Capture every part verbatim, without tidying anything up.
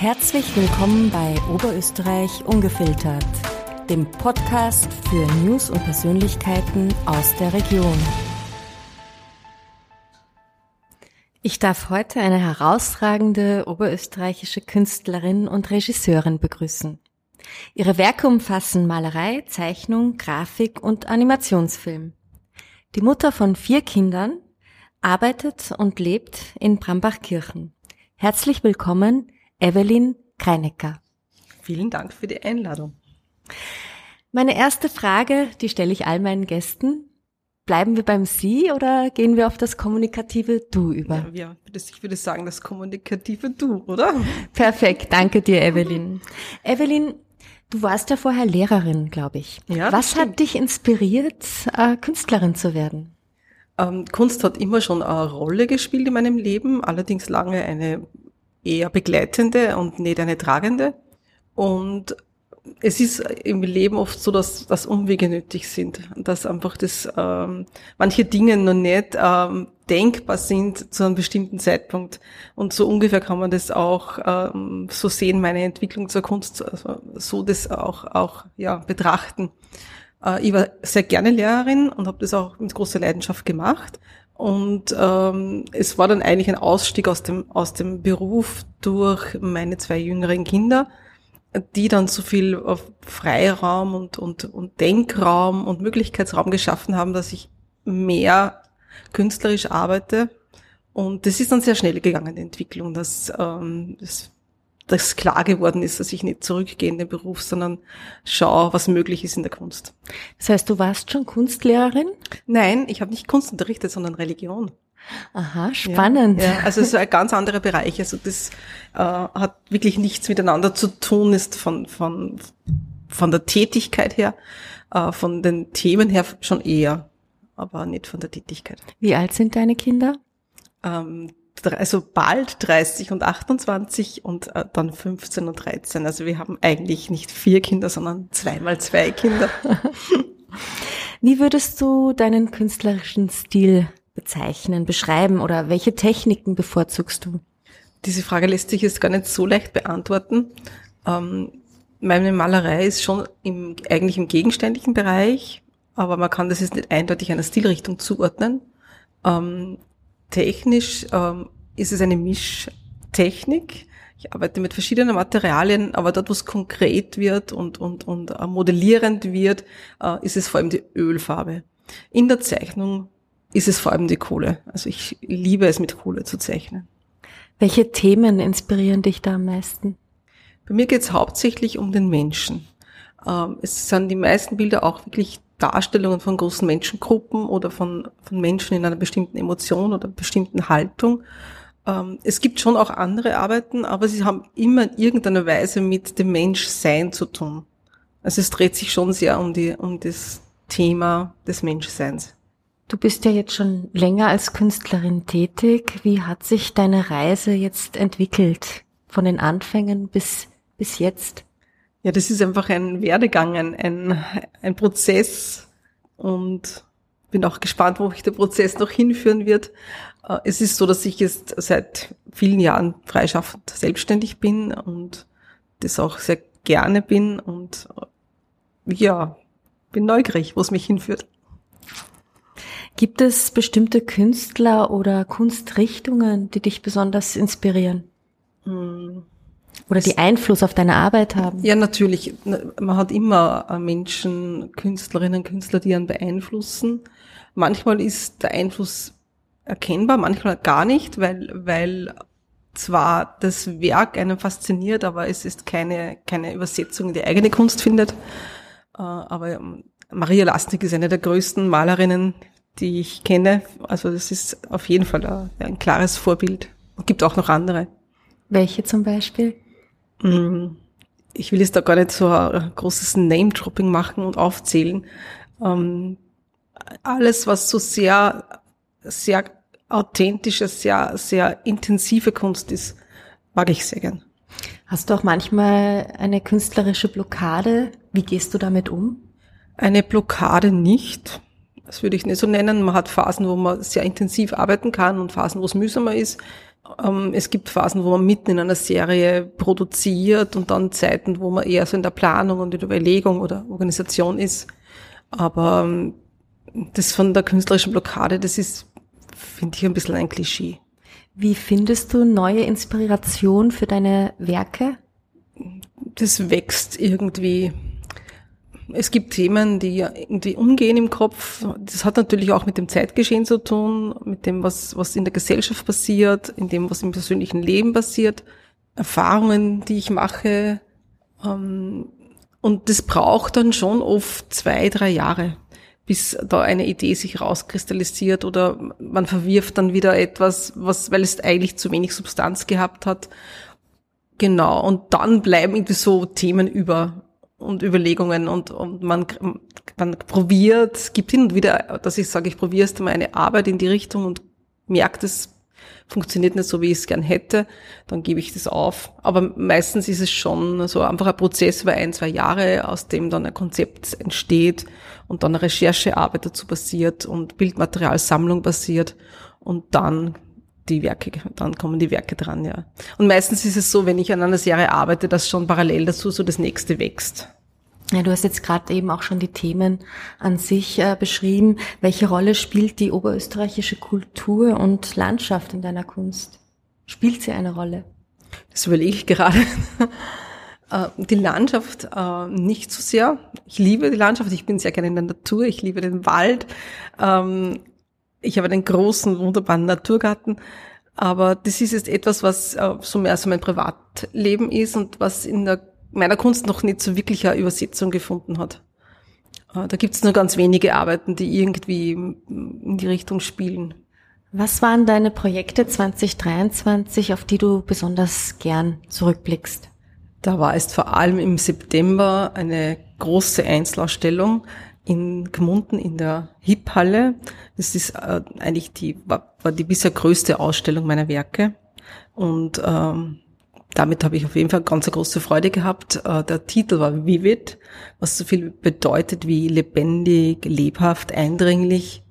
Herzlich willkommen bei Oberösterreich Ungefiltert, dem Podcast für News und Persönlichkeiten aus der Region. Ich darf heute eine herausragende oberösterreichische Künstlerin und Regisseurin begrüßen. Ihre Werke umfassen Malerei, Zeichnung, Grafik und Animationsfilm. Die Mutter von vier Kindern arbeitet und lebt in Brambachkirchen. Herzlich willkommen, Evelyn Kreinecker. Vielen Dank für die Einladung. Meine erste Frage, die stelle ich all meinen Gästen. Bleiben wir beim Sie oder gehen wir auf das kommunikative Du über? Ja, ich würde sagen, das kommunikative Du, oder? Perfekt, danke dir, Evelyn. Evelyn, du warst ja vorher Lehrerin, glaube ich. Ja, Was stimmt. hat dich inspiriert, äh, Künstlerin zu werden? Ähm, Kunst hat immer schon eine Rolle gespielt in meinem Leben, allerdings lange eine eher begleitende und nicht eine tragende. Und es ist im Leben oft so, dass, dass Umwege nötig sind, dass einfach das ähm, manche Dinge noch nicht ähm, denkbar sind zu einem bestimmten Zeitpunkt. Und so ungefähr kann man das auch ähm, so sehen, meine Entwicklung zur Kunst, also so das auch auch ja betrachten. Äh, ich war sehr gerne Lehrerin und habe das auch mit großer Leidenschaft gemacht. Und ähm, es war dann eigentlich ein Ausstieg aus dem aus dem Beruf durch meine zwei jüngeren Kinder, die dann so viel Freiraum und und und Denkraum und Möglichkeitsraum geschaffen haben, dass ich mehr künstlerisch arbeite. Und das ist dann sehr schnell gegangen, die Entwicklung, dass ähm, das, dass klar geworden ist, dass ich nicht zurückgehe in den Beruf, sondern schaue, was möglich ist in der Kunst. Das heißt, du warst schon Kunstlehrerin? Nein, ich habe nicht Kunst unterrichtet, sondern Religion. Aha, spannend. Ja, ja, also so ein ganz anderer Bereich. Also das äh, hat wirklich nichts miteinander zu tun, ist von von von der Tätigkeit her, äh, von den Themen her schon eher, aber nicht von der Tätigkeit. Wie alt sind deine Kinder? Ähm, also bald dreißig und achtundzwanzig und äh, dann fünfzehn und dreizehn. Also wir haben eigentlich nicht vier Kinder, sondern zweimal zwei Kinder. Wie würdest du deinen künstlerischen Stil bezeichnen, beschreiben oder welche Techniken bevorzugst du? Diese Frage lässt sich jetzt gar nicht so leicht beantworten. Ähm, meine Malerei ist schon im, eigentlich im gegenständlichen Bereich, aber man kann das jetzt nicht eindeutig einer Stilrichtung zuordnen. Ähm, technisch ähm, ist es eine Mischtechnik. Ich arbeite mit verschiedenen Materialien, aber dort, wo es konkret wird und, und, und äh, modellierend wird, äh, ist es vor allem die Ölfarbe. In der Zeichnung ist es vor allem die Kohle. Also ich liebe es, mit Kohle zu zeichnen. Welche Themen inspirieren dich da am meisten? Bei mir geht es hauptsächlich um den Menschen. Ähm, es sind die meisten Bilder auch wirklich Darstellungen von großen Menschengruppen oder von, von Menschen in einer bestimmten Emotion oder bestimmten Haltung. Ähm, es gibt schon auch andere Arbeiten, aber sie haben immer in irgendeiner Weise mit dem Menschsein zu tun. Also es dreht sich schon sehr um die, um das Thema des Menschseins. Du bist ja jetzt schon länger als Künstlerin tätig. Wie hat sich deine Reise jetzt entwickelt? Von den Anfängen bis, bis jetzt? Ja, das ist einfach ein Werdegang, ein, ein, ein Prozess und bin auch gespannt, wo mich der Prozess noch hinführen wird. Es ist so, dass ich jetzt seit vielen Jahren freischaffend selbstständig bin und das auch sehr gerne bin und ja, bin neugierig, wo es mich hinführt. Gibt es bestimmte Künstler oder Kunstrichtungen, die dich besonders inspirieren? Hm. Oder die Einfluss auf deine Arbeit haben? Ja, natürlich. Man hat immer Menschen, Künstlerinnen, Künstler, die einen beeinflussen. Manchmal ist der Einfluss erkennbar, manchmal gar nicht, weil, weil zwar das Werk einen fasziniert, aber es ist keine, keine Übersetzung in die eigene Kunst findet. Aber Maria Lasnik ist eine der größten Malerinnen, die ich kenne. Also das ist auf jeden Fall ein, ein klares Vorbild. Es gibt auch noch andere. Welche zum Beispiel? Ich will jetzt da gar nicht so ein großes Name-Dropping machen und aufzählen. Alles, was so sehr, sehr authentische, sehr, sehr intensive Kunst ist, mag ich sehr gern. Hast du auch manchmal eine künstlerische Blockade? Wie gehst du damit um? Eine Blockade nicht. Das würde ich nicht so nennen. Man hat Phasen, wo man sehr intensiv arbeiten kann und Phasen, wo es mühsamer ist. Ähm, es gibt Phasen, wo man mitten in einer Serie produziert und dann Zeiten, wo man eher so in der Planung und in der Überlegung oder Organisation ist. Aber ähm, das von der künstlerischen Blockade, das ist, finde ich, ein bisschen ein Klischee. Wie findest du neue Inspiration für deine Werke? Das wächst irgendwie. Es gibt Themen, die ja irgendwie umgehen im Kopf. Das hat natürlich auch mit dem Zeitgeschehen zu tun, mit dem, was, was in der Gesellschaft passiert, in dem, was im persönlichen Leben passiert, Erfahrungen, die ich mache. Und das braucht dann schon oft zwei, drei Jahre, bis da eine Idee sich rauskristallisiert oder man verwirft dann wieder etwas, was, weil es eigentlich zu wenig Substanz gehabt hat. Genau. Und dann bleiben irgendwie so Themen über und Überlegungen und, und man, man probiert, es gibt hin und wieder, dass ich sage, ich probiere erst mal eine Arbeit in die Richtung und merke, das funktioniert nicht so, wie ich es gern hätte, dann gebe ich das auf. Aber meistens ist es schon so einfach ein Prozess über ein, zwei Jahre, aus dem dann ein Konzept entsteht und dann eine Recherchearbeit dazu passiert und Bildmaterialsammlung passiert und dann die Werke, dann kommen die Werke dran, ja. Und meistens ist es so, wenn ich an einer Serie arbeite, dass schon parallel dazu so das nächste wächst. Ja, du hast jetzt gerade eben auch schon die Themen an sich äh, beschrieben. Welche Rolle spielt die oberösterreichische Kultur und Landschaft in deiner Kunst? Spielt sie eine Rolle? Das überlege ich gerade. Die Landschaft äh, nicht so sehr. Ich liebe die Landschaft, ich bin sehr gerne in der Natur, ich liebe den Wald. Ähm, Ich habe einen großen, wunderbaren Naturgarten, aber das ist jetzt etwas, was äh, so mehr so mein Privatleben ist und was in der, meiner Kunst noch nicht so wirklich eine Übersetzung gefunden hat. Äh, da gibt es nur ganz wenige Arbeiten, die irgendwie in die Richtung spielen. Was waren deine Projekte zwanzig dreiundzwanzig, auf die du besonders gern zurückblickst? Da war es vor allem im September eine große Einzelausstellung in Gmunden in der Hip-Halle. Das ist äh, eigentlich die, war, war die bisher größte Ausstellung meiner Werke. Und ähm, damit habe ich auf jeden Fall ganz eine große Freude gehabt. Äh, der Titel war Vivid, was so viel bedeutet wie lebendig, lebhaft, eindringlich.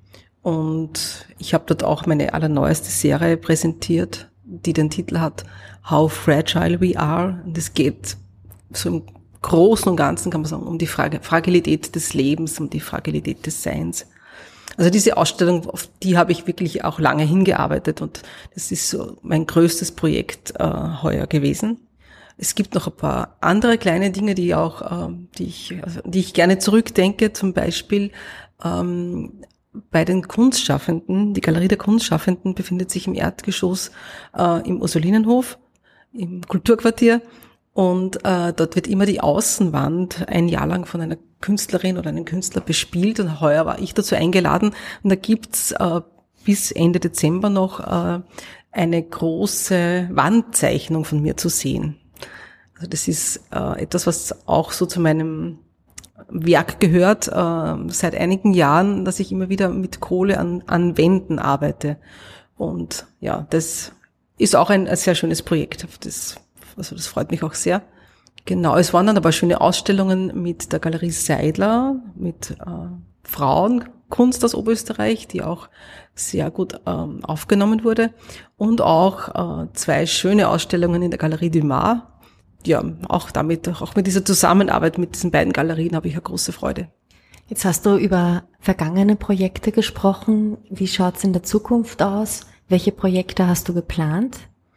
Und ich habe dort auch meine allerneueste Serie präsentiert, die den Titel hat How Fragile We Are. Und es geht so im Großen und Ganzen, kann man sagen, um die Frage, Fragilität des Lebens, um die Fragilität des Seins. Also diese Ausstellung, auf die habe ich wirklich auch lange hingearbeitet und das ist so mein größtes Projekt äh, heuer gewesen. Es gibt noch ein paar andere kleine Dinge, die auch, äh, die ich, also, die ich gerne zurückdenke, zum Beispiel ähm, bei den Kunstschaffenden. Die Galerie der Kunstschaffenden befindet sich im Erdgeschoss äh, im Ursulinenhof, im Kulturquartier. Und äh, dort wird immer die Außenwand ein Jahr lang von einer Künstlerin oder einem Künstler bespielt. Und heuer war ich dazu eingeladen. Und da gibt's äh, bis Ende Dezember noch äh, eine große Wandzeichnung von mir zu sehen. Also das ist äh, etwas, was auch so zu meinem Werk gehört, äh, seit einigen Jahren, dass ich immer wieder mit Kohle an, an Wänden arbeite. Und ja, das ist auch ein, ein sehr schönes Projekt, auf das Also das freut mich auch sehr. Genau, es waren dann aber schöne Ausstellungen mit der Galerie Seidler, mit äh, Frauenkunst aus Oberösterreich, die auch sehr gut ähm, aufgenommen wurde. Und auch äh, zwei schöne Ausstellungen in der Galerie Dumas. Ja, auch damit, auch mit dieser Zusammenarbeit mit diesen beiden Galerien habe ich eine große Freude. Jetzt hast du über vergangene Projekte gesprochen. Wie schaut's in der Zukunft aus? Welche Projekte hast du geplant?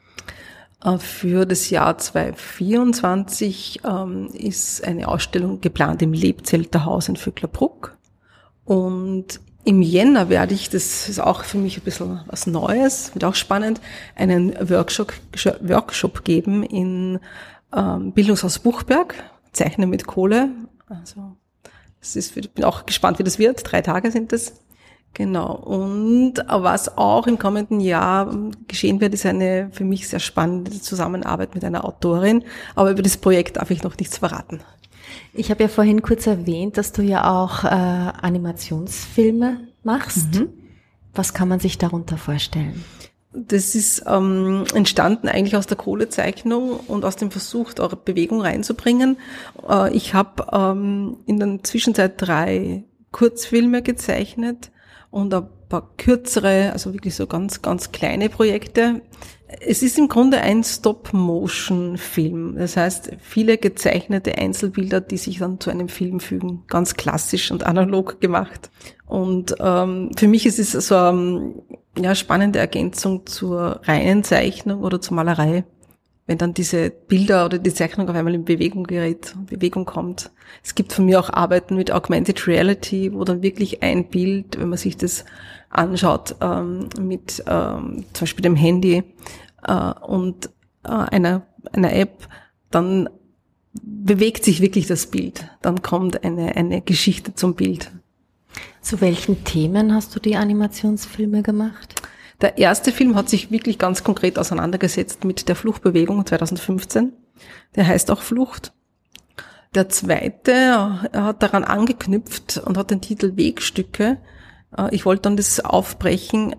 Für das Jahr zweitausendvierundzwanzig ähm, ist eine Ausstellung geplant im Lebzelterhaus in Vöcklerbruck. Und im Jänner werde ich, das ist auch für mich ein bisschen was Neues, wird auch spannend, einen Workshop, Workshop geben in ähm, Bildungshaus Buchberg, Zeichnen mit Kohle. Also das ist, ich bin auch gespannt, wie das wird. Drei Tage sind das. Genau. Und was auch im kommenden Jahr geschehen wird, ist eine für mich sehr spannende Zusammenarbeit mit einer Autorin. Aber über das Projekt darf ich noch nichts verraten. Ich habe ja vorhin kurz erwähnt, dass du ja auch äh, Animationsfilme machst. Mhm. Was kann man sich darunter vorstellen? Das ist ähm, entstanden eigentlich aus der Kohlezeichnung und aus dem Versuch, da Bewegung reinzubringen. Äh, ich habe ähm, in der Zwischenzeit drei Kurzfilme gezeichnet und ein paar kürzere, also wirklich so ganz, ganz kleine Projekte. Es ist im Grunde ein Stop-Motion-Film. Das heißt, viele gezeichnete Einzelbilder, die sich dann zu einem Film fügen. Ganz klassisch und analog gemacht. Und ähm, für mich ist es so eine ja, spannende Ergänzung zur reinen Zeichnung oder zur Malerei. Wenn dann diese Bilder oder die Zeichnung auf einmal in Bewegung gerät, in Bewegung kommt. Es gibt von mir auch Arbeiten mit Augmented Reality, wo dann wirklich ein Bild, wenn man sich das anschaut, ähm, mit ähm, zum Beispiel dem Handy äh, und äh, einer, einer App, dann bewegt sich wirklich das Bild. Dann kommt eine, eine Geschichte zum Bild. Zu welchen Themen hast du die Animationsfilme gemacht? Der erste Film hat sich wirklich ganz konkret auseinandergesetzt mit der Fluchtbewegung zwanzig fünfzehn. Der heißt auch Flucht. Der zweite hat daran angeknüpft und hat den Titel Wegstücke. Ich wollte dann das aufbrechen,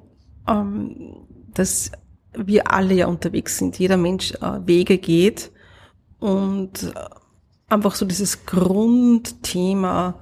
dass wir alle ja unterwegs sind. Jeder Mensch Wege geht und einfach so dieses Grundthema,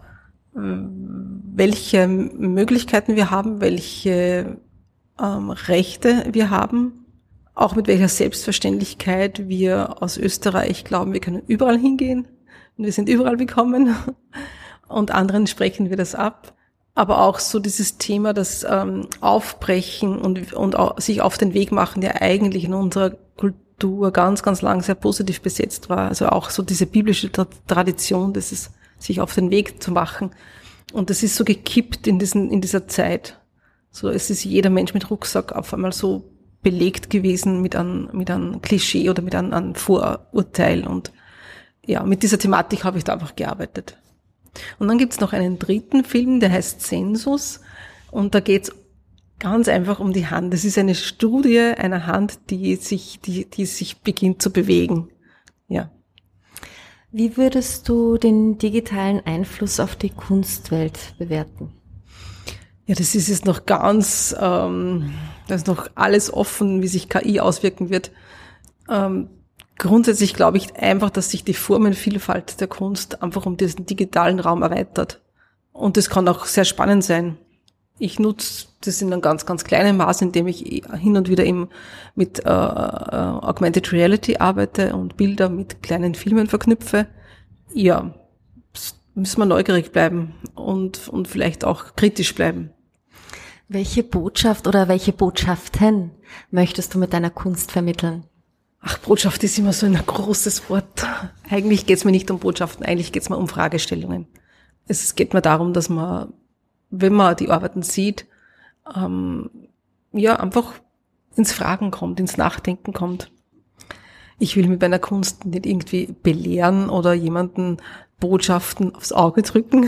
welche Möglichkeiten wir haben, welche Ähm, Rechte wir haben, auch mit welcher Selbstverständlichkeit wir aus Österreich glauben, wir können überall hingehen und wir sind überall willkommen und anderen sprechen wir das ab. Aber auch so dieses Thema, das ähm, Aufbrechen und, und auch sich auf den Weg machen, der eigentlich in unserer Kultur ganz, ganz lang sehr positiv besetzt war. Also auch so diese biblische Tradition, das ist, sich auf den Weg zu machen. Und das ist so gekippt in diesen, in dieser Zeit. So, es ist jeder Mensch mit Rucksack auf einmal so belegt gewesen mit einem, mit einem Klischee oder mit einem, einem Vorurteil. Und ja, mit dieser Thematik habe ich da einfach gearbeitet. Und dann gibt's noch einen dritten Film, der heißt Zensus. Und da geht's ganz einfach um die Hand. Das ist eine Studie einer Hand, die sich, die, die sich beginnt zu bewegen. Ja. Wie würdest du den digitalen Einfluss auf die Kunstwelt bewerten? Ja, das ist jetzt noch ganz, ähm, da ist noch alles offen, wie sich K I auswirken wird. Ähm, grundsätzlich glaube ich einfach, dass sich die Formenvielfalt der Kunst einfach um diesen digitalen Raum erweitert. Und das kann auch sehr spannend sein. Ich nutze das in einem ganz, ganz kleinen Maß, indem ich hin und wieder eben mit äh, äh, Augmented Reality arbeite und Bilder mit kleinen Filmen verknüpfe. Ja, müssen wir neugierig bleiben und, und vielleicht auch kritisch bleiben. Welche Botschaft oder welche Botschaften möchtest du mit deiner Kunst vermitteln? Ach, Botschaft ist immer so ein großes Wort. Eigentlich geht es mir nicht um Botschaften, eigentlich geht es mir um Fragestellungen. Es geht mir darum, dass man, wenn man die Arbeiten sieht, ähm, ja, einfach ins Fragen kommt, ins Nachdenken kommt. Ich will mit meiner Kunst nicht irgendwie belehren oder jemanden Botschaften aufs Auge drücken.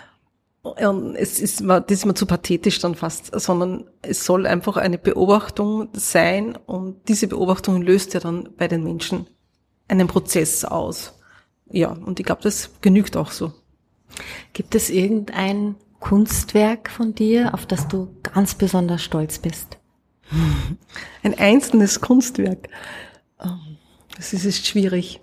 Und es ist mir, das ist mir zu pathetisch dann fast, sondern es soll einfach eine Beobachtung sein und diese Beobachtung löst ja dann bei den Menschen einen Prozess aus. Ja, und ich glaube, das genügt auch so. Gibt es irgendein Kunstwerk von dir, auf das du ganz besonders stolz bist? Ein einzelnes Kunstwerk. Das ist jetzt schwierig.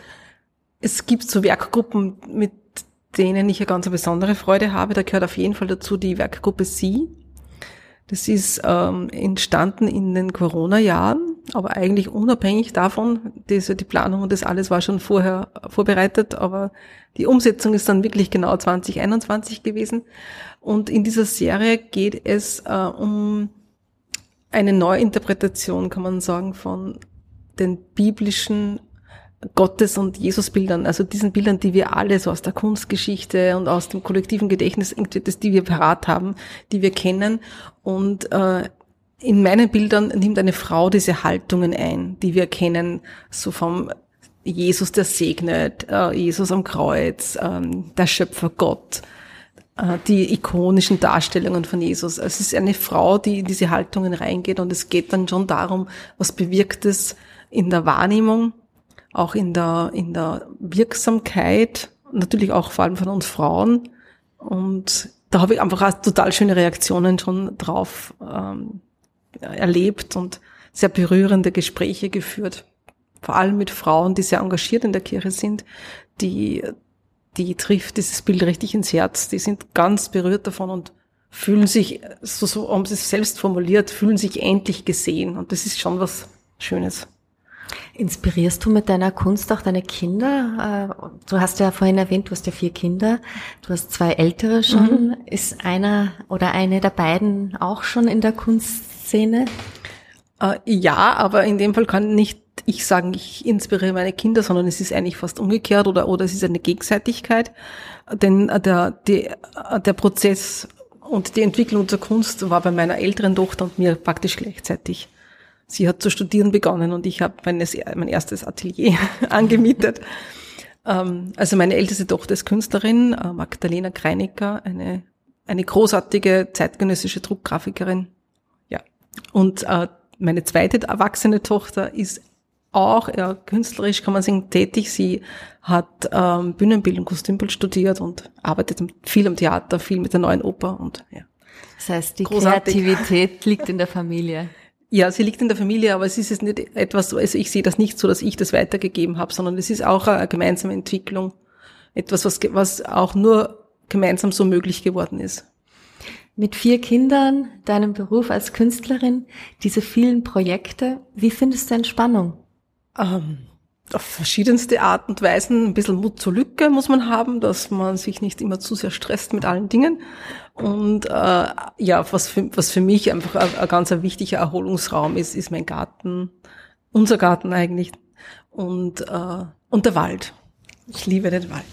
Es gibt so Werkgruppen, mit denen ich eine ganz besondere Freude habe. Da gehört auf jeden Fall dazu die Werkgruppe Sie. Das ist ähm, entstanden in den Corona-Jahren, aber eigentlich unabhängig davon. Diese, die Planung und das alles war schon vorher vorbereitet, aber die Umsetzung ist dann wirklich genau zwanzig einundzwanzig gewesen. Und in dieser Serie geht es äh, um eine Neuinterpretation, kann man sagen, von den biblischen Gottes- und Jesusbildern, also diesen Bildern, die wir alle so aus der Kunstgeschichte und aus dem kollektiven Gedächtnis, die wir parat haben, die wir kennen. Und äh, in meinen Bildern nimmt eine Frau diese Haltungen ein, die wir kennen, so vom Jesus, der segnet, äh, Jesus am Kreuz, äh, der Schöpfer Gott, äh, die ikonischen Darstellungen von Jesus. Es ist eine Frau, die in diese Haltungen reingeht und es geht dann schon darum, was bewirkt es in der Wahrnehmung, auch in der, in der Wirksamkeit, natürlich auch vor allem von uns Frauen. Und da habe ich einfach auch total schöne Reaktionen schon drauf ähm, erlebt und sehr berührende Gespräche geführt. Vor allem mit Frauen, die sehr engagiert in der Kirche sind, die, die trifft dieses Bild richtig ins Herz. Die sind ganz berührt davon und fühlen sich, so, so haben sie es selbst formuliert, fühlen sich endlich gesehen. Und das ist schon was Schönes. Inspirierst du mit deiner Kunst auch deine Kinder? Du hast ja vorhin erwähnt, du hast ja vier Kinder. Du hast zwei ältere schon. Mhm. Ist einer oder eine der beiden auch schon in der Kunstszene? Äh, ja, aber in dem Fall kann nicht ich sagen, ich inspiriere meine Kinder, sondern es ist eigentlich fast umgekehrt oder, oder es ist eine Gegenseitigkeit. Denn der, die, der Prozess und die Entwicklung der Kunst war bei meiner älteren Tochter und mir praktisch gleichzeitig. Sie hat zu studieren begonnen und ich habe mein, mein erstes Atelier angemietet. Ähm, also meine älteste Tochter ist Künstlerin, äh, Magdalena Kreinecker, eine, eine großartige zeitgenössische Druckgrafikerin. Ja. Und äh, meine zweite erwachsene Tochter ist auch ja, künstlerisch, kann man sagen, tätig. Sie hat ähm, Bühnenbild und Kostümbild studiert und arbeitet viel am Theater, viel mit der Neuen Oper und ja. Das heißt, die großartig. Kreativität liegt in der Familie. Ja, sie liegt in der Familie, aber es ist jetzt nicht etwas, also ich sehe das nicht so, dass ich das weitergegeben habe, sondern es ist auch eine gemeinsame Entwicklung. Etwas, was, was auch nur gemeinsam so möglich geworden ist. Mit vier Kindern, deinem Beruf als Künstlerin, diese vielen Projekte, wie findest du Entspannung? Ähm, auf verschiedenste Art und Weisen. Ein bisschen Mut zur Lücke muss man haben, dass man sich nicht immer zu sehr stresst mit allen Dingen. Und äh, ja, was für, was für mich einfach ein, ein ganz ein wichtiger Erholungsraum ist, ist mein Garten, unser Garten eigentlich und äh, und der Wald. Ich liebe den Wald.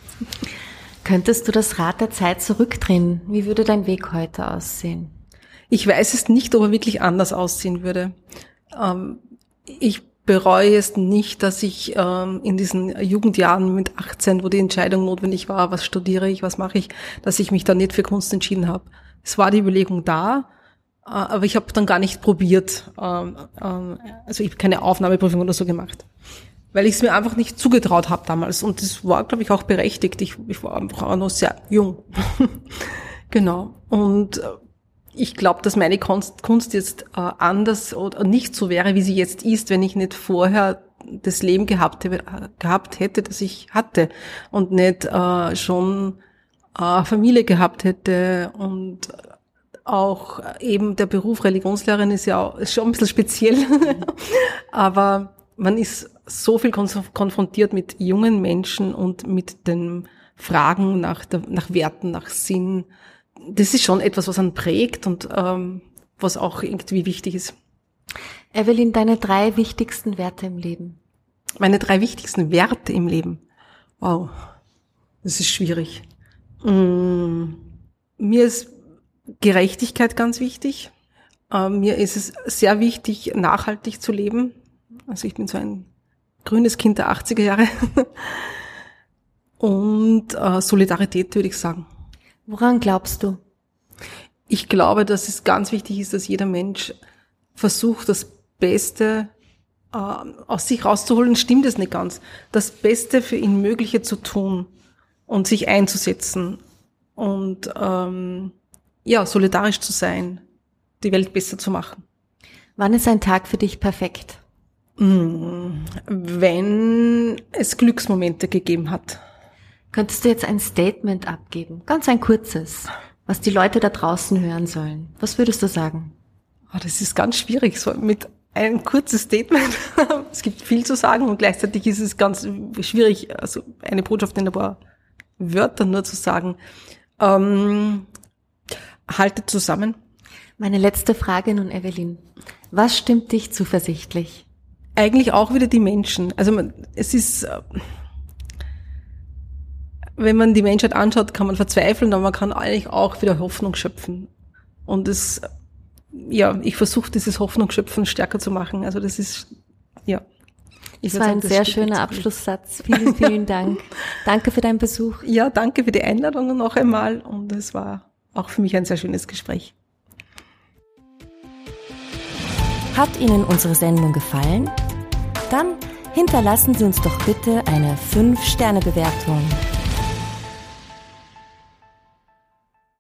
Könntest du das Rad der Zeit zurückdrehen? Wie würde dein Weg heute aussehen? Ich weiß es nicht, ob er wirklich anders aussehen würde. Ähm, ich bereue es nicht, dass ich ähm, in diesen Jugendjahren mit achtzehn, wo die Entscheidung notwendig war, was studiere ich, was mache ich, dass ich mich dann nicht für Kunst entschieden habe. Es war die Überlegung da, äh, aber ich habe dann gar nicht probiert. Ähm, ähm, also ich habe keine Aufnahmeprüfung oder so gemacht, weil ich es mir einfach nicht zugetraut habe damals. Und das war, glaube ich, auch berechtigt. Ich, ich war einfach auch noch sehr jung. Genau. Und äh, ich glaube, dass meine Kunst, Kunst jetzt äh, anders oder nicht so wäre, wie sie jetzt ist, wenn ich nicht vorher das Leben gehabt, gehabt hätte, das ich hatte und nicht äh, schon äh, Familie gehabt hätte und auch eben der Beruf Religionslehrerin ist ja auch, ist schon ein bisschen speziell, aber man ist so viel konf- konfrontiert mit jungen Menschen und mit den Fragen nach, der, nach Werten, nach Sinn. Das ist schon etwas, was einen prägt und ähm, was auch irgendwie wichtig ist. Evelyn, deine drei wichtigsten Werte im Leben? Meine drei wichtigsten Werte im Leben? Wow, das ist schwierig. Mm, mir ist Gerechtigkeit ganz wichtig. Äh, mir ist es sehr wichtig, nachhaltig zu leben. Also ich bin so ein grünes Kind der achtziger Jahre. Und äh, Solidarität, würde ich sagen. Woran glaubst du? Ich glaube, dass es ganz wichtig ist, dass jeder Mensch versucht, das Beste äh, aus sich rauszuholen. Stimmt es nicht ganz. Das Beste für ihn Mögliche zu tun und sich einzusetzen und ähm, ja, solidarisch zu sein, die Welt besser zu machen. Wann ist ein Tag für dich perfekt? Wenn es Glücksmomente gegeben hat. Könntest du jetzt ein Statement abgeben? Ganz ein kurzes, was die Leute da draußen hören sollen. Was würdest du sagen? Oh, das ist ganz schwierig, so mit einem kurzes Statement. Es gibt viel zu sagen und gleichzeitig ist es ganz schwierig, also eine Botschaft in ein paar Wörtern nur zu sagen. Ähm, haltet zusammen. Meine letzte Frage nun, Evelyn. Was stimmt dich zuversichtlich? Eigentlich auch wieder die Menschen. Also man, es ist... Wenn man die Menschheit anschaut, kann man verzweifeln, aber man kann eigentlich auch wieder Hoffnung schöpfen. Und es, ja, ich versuche dieses Hoffnung schöpfen stärker zu machen. Also das ist, ja. Das war ein sehr schöner Abschlusssatz. Vielen, vielen Dank. Danke für deinen Besuch. Ja, danke für die Einladung noch einmal. Und es war auch für mich ein sehr schönes Gespräch. Hat Ihnen unsere Sendung gefallen? Dann hinterlassen Sie uns doch bitte eine fünf Sterne Bewertung.